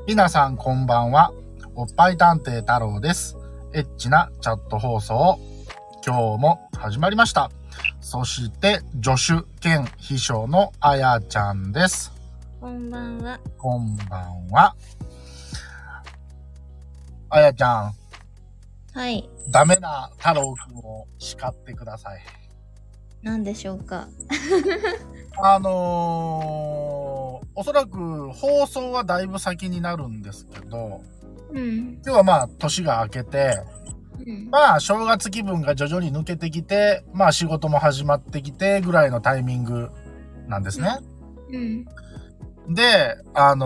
皆さんこんばんは。おっぱい探偵太郎です。エッチなチャット放送、今日も始まりました。そして助手兼秘書のあやちゃんです。 こんばんは。 こんばんは。あやちゃん。 はい。 ダメな太郎くんを叱ってください。 何でしょうか。 おそらく放送はだいぶ先になるんですけど、 うん。 今日はまあ年が明けて、まあ正月気分が徐々に抜けてきて、まあ仕事も始まってきてぐらいのタイミングなんですね。 うん。 で、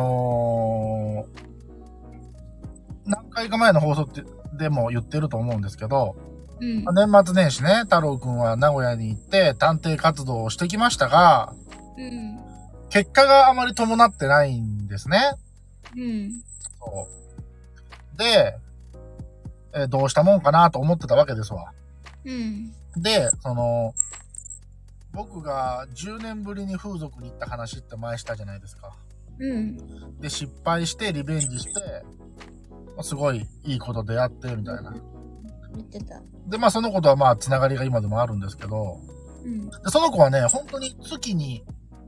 何回か前の放送でも言ってると思うんですけど、年末年始ね、太郎くんは名古屋に行って探偵活動をしてきましたが、結果があまり伴ってないんですね。そうで、どうしたもんかなと思ってたわけですわ。で、僕が10年ぶりに風俗に行った話って前したじゃないですか。で、失敗してリベンジして、すごいいいこと出会ってみたいな。 言ってた。 で、まあそのことはまあつながりが今でもあるんですけど、でその子はね、本当に月に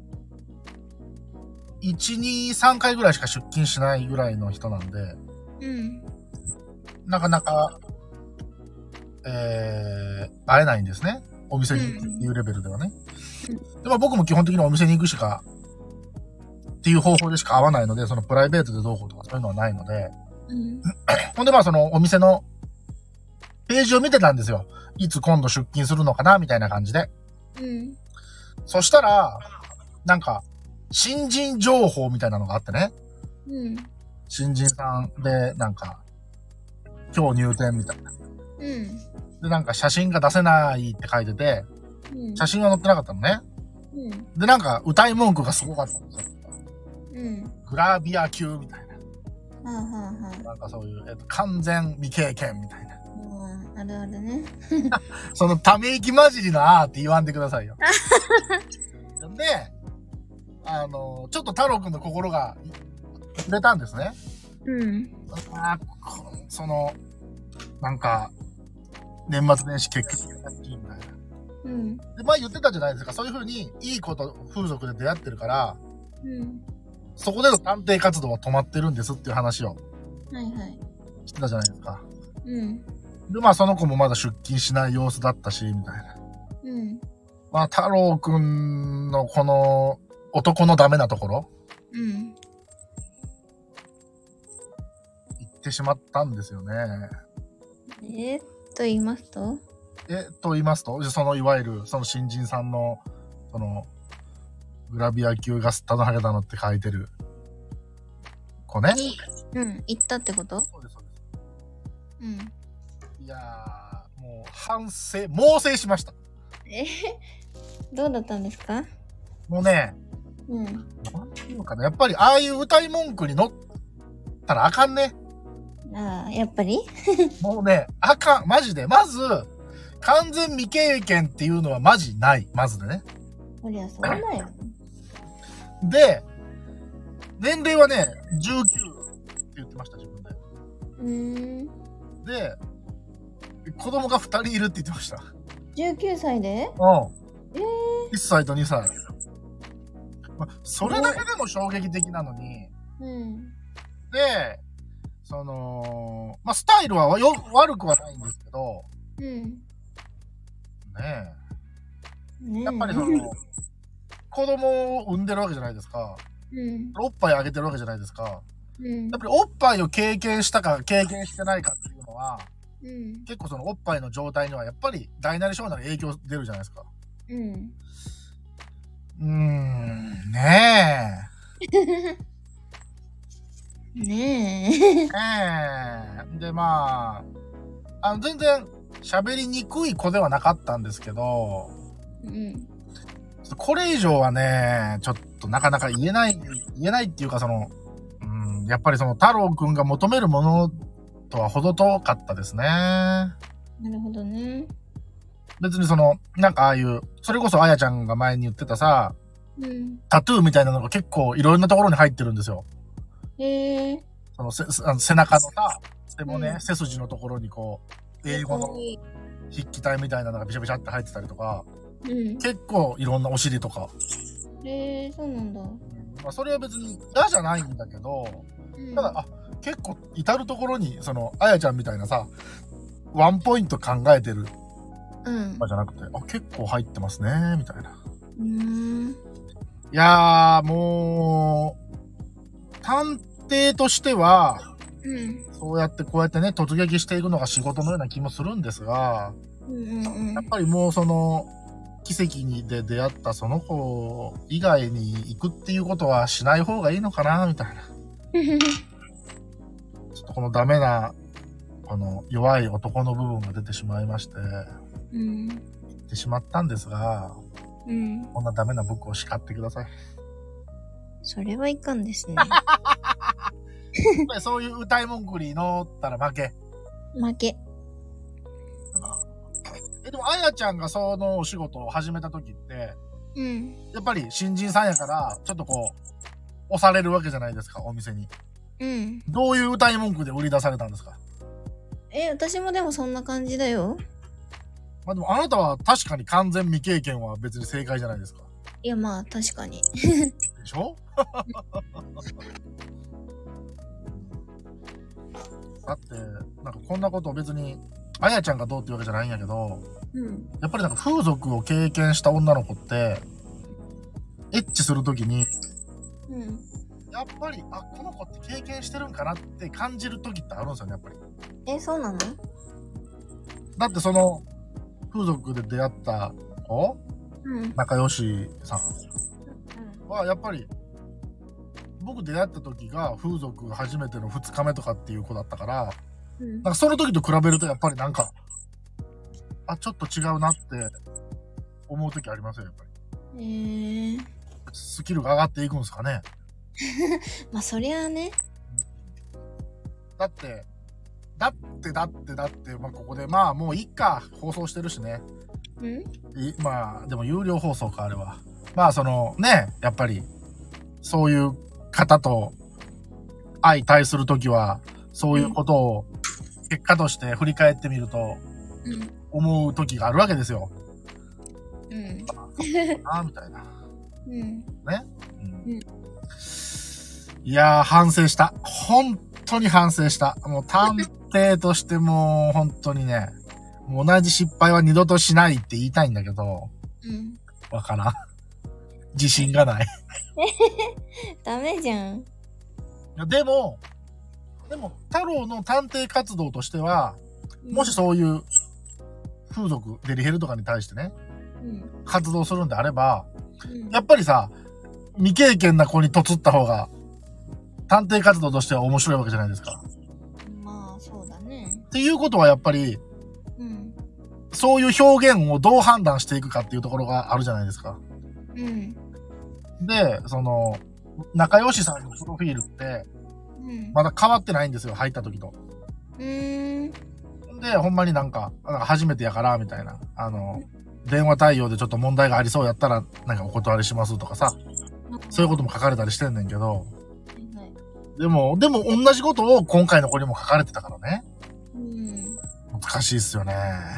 1、2、3回ぐらいしか出勤しないぐらいの人なんで、なかなか、会えないんですね。お店に行くっていうレベルではね。で、まあ僕も基本的にお店に行くしか、っていう方法でしか会わないので、そのプライベートでどうこうとかそういうのはないので、ほんでまあそのお店のページを見てたんですよ。いつ今度出勤するのかなみたいな感じで。そしたら、なんか、新人情報みたいなのがあってね。新人さんで、なんか、今日入店みたいな。で、なんか写真が出せないって書いてて、写真は載ってなかったのね。で、なんか歌い文句がすごかったんですよ。グラビア級みたいな。なんかそういう、完全未経験みたいな。 あるあるね。 そのため息混じりのあーって言わんでくださいよ。で、ちょっと太郎くんの心が触れたんですね。なんか、年末年始結局みたいな。で、前言ってたじゃないですか。そういう風にいいこと風俗で出会ってるから、そこでの探偵活動は止まってるんですっていう話をしてたじゃないですか。で、まあその子もまだ出勤しない様子だったし、みたいな。まあ太郎くんのこの男のダメなところ、言ってしまったんですよね。 と言いますとそのいわゆるその新人さんのそのグラビア級がスタのハゲだのって書いてる子ね。 言ったってこと？ そうです。いやー、もう猛省しました。 どうだったんですか？ もうね、なんていうのかな、やっぱりああいう歌い文句に乗ったらあかんね。 やっぱりもうね、あかん。マジで。まず、完全未経験っていうのはマジない。まずでね。 そりゃそうだよ。 で、年齢はね、19って言ってました、自分で。で、子供が2人いるって言ってました。 19歳で 1歳と2歳。それだけでも衝撃的なのに。で、まあ、スタイルは悪くはないんですけど、やっぱり子供を産んでるわけじゃないですか。おっぱいあげてるわけじゃないですか。やっぱりおっぱいを経験したか経験してないかっていうのは、結構そのおっぱいの状態にはやっぱり大なり小なり影響出るじゃないですか。で、まあ、全然喋りにくい子ではなかったんですけど、これ以上はね、ちょっとなかなか言えないっていうかやっぱりその太郎くんが求めるものとは程遠かったですね。なるほどね。 別になんかああいう、それこそあやちゃんが前に言ってたさ、タトゥーみたいなのが結構いろんなところに入ってるんですよ。 その背中のさ、背骨、 うん背筋のところにこう、英語の筆記体みたいなのがビシャビシャって入ってたりとか、 うん。 結構いろんなお尻とか。 そうなんだ。 まあそれは別に嫌じゃないんだけど、 うん。 ただ、結構至るところに、あやちゃんみたいなさ、ワンポイント考えてるうんとかじゃなくて、結構入ってますね、みたいな。 うんいやー、もう、探偵としては、 うんそうやってこうやってね、突撃していくのが仕事のような気もするんですが、 うんやっぱりもう奇跡で出会ったその子以外に行くっていうことはしない方がいいのかな、みたいな。ちょっとこのダメな、この弱い男の部分が出てしまいまして、 うん行ってしまったんですが、 うん。 こんなダメな僕を叱ってください。 それはいかんですね。 やっぱりそういう歌い文句に乗ったら負け。 負け。 でも、あやちゃんがそのお仕事を始めた時って、 うん。 やっぱり新人さんやから、ちょっとこう、押されるわけじゃないですか、お店に。 うん。 どういう歌い文句で売り出されたんですか？ 私もでもそんな感じだよ。 まあでもあなたは確かに完全未経験は別に正解じゃないですか。 いや、まあ、確かに。 でしょ？だって、なんかこんなことを別に、あやちゃんがどうってわけじゃないんやけど、 うん。 やっぱりなんか風俗を経験した女の子って、エッチするときに、 うん。 やっぱり、この子って経験してるんかなって感じるときってあるんですよね、やっぱり。 そうなの？ だって風俗で出会った子、 うん。 仲良しさんは、やっぱり、僕出会った時が風俗初めての2日目とかっていう子だったから、 うんなんかその時と比べるとやっぱりなんか、ちょっと違うなって思う時ありますよ、やっぱり。スキルが上がっていくんですかね。 まあ、そりゃあね。 だって、まあ、ここで、まあ、もういっか、放送してるしね。 うんまあ、でも有料放送か、あれは。まあ、やっぱり、そういう方と相対するときは、そういうことを結果として振り返ってみると、 うん。 思うときがあるわけですよ。 うん。 みたいな。 うん。 ね。いやー、反省した。本当に反省した。もう探偵としてもう本当にね、もう同じ失敗は二度としないって言いたいんだけど、 うん。 わからん。自信がない。 ダメじゃん。 いやでも、太郎の探偵活動としては、もしそういう風俗、デリヘルとかに対してね、 うん。 活動するんであれば、 うん。 やっぱりさ、未経験な子にとつった方が、探偵活動としては面白いわけじゃないですか。 まあ、そうだね。 っていうことはやっぱり、 うん。 そういう表現をどう判断していくかっていうところがあるじゃないですか。 うん。 で、仲良しさんのプロフィールって、 うん。 まだ変わってないんですよ、入った時と。で、ほんまになんか初めてやから、みたいな。電話対応でちょっと問題がありそうやったら、なんかお断りしますとかさ、そういうことも書かれたりしてんねんけど、でも同じことを今回の子にも書かれてたからね。難しいっすよね。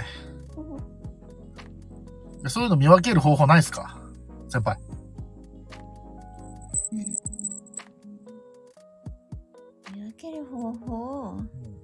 そういうの見分ける方法ないっすか？先輩。 見分ける方法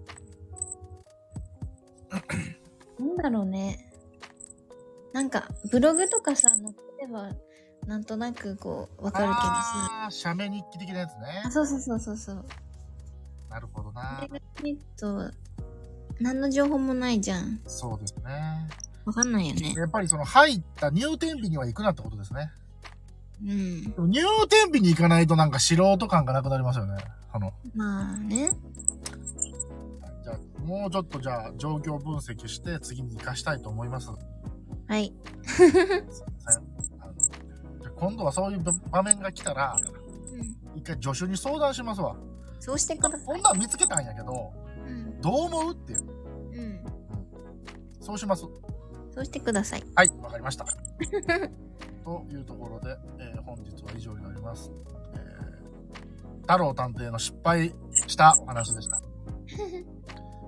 なんだろうね。なんか、ブログとかさ、載ってれば、なんとなくこう、わかるけどさ。 写メ日記的なやつね。 そう。 なるほどな。 それが何の情報もないじゃん。 そうですね。 わかんないよね。 やっぱり入った入店日には行くなってことですね。 うん。 でも入店日に行かないとなんか素人感がなくなりますよね。 まあね。 じゃあ、もうちょっと状況分析して次に活かしたいと思います。 はい。 すいません。じゃあ今度はそういう場面が来たら、一回助手に相談しますわ。 そうしてください。 こんなん見つけたんやけど、どう思うっていう。そうします。 そうしてください。 はい、わかりました。というところで、本日は以上になります。太郎探偵の失敗したお話でした。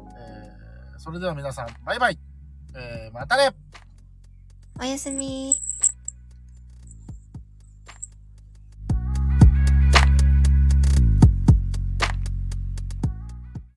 それでは皆さん、バイバイ。またね。 おやすみ。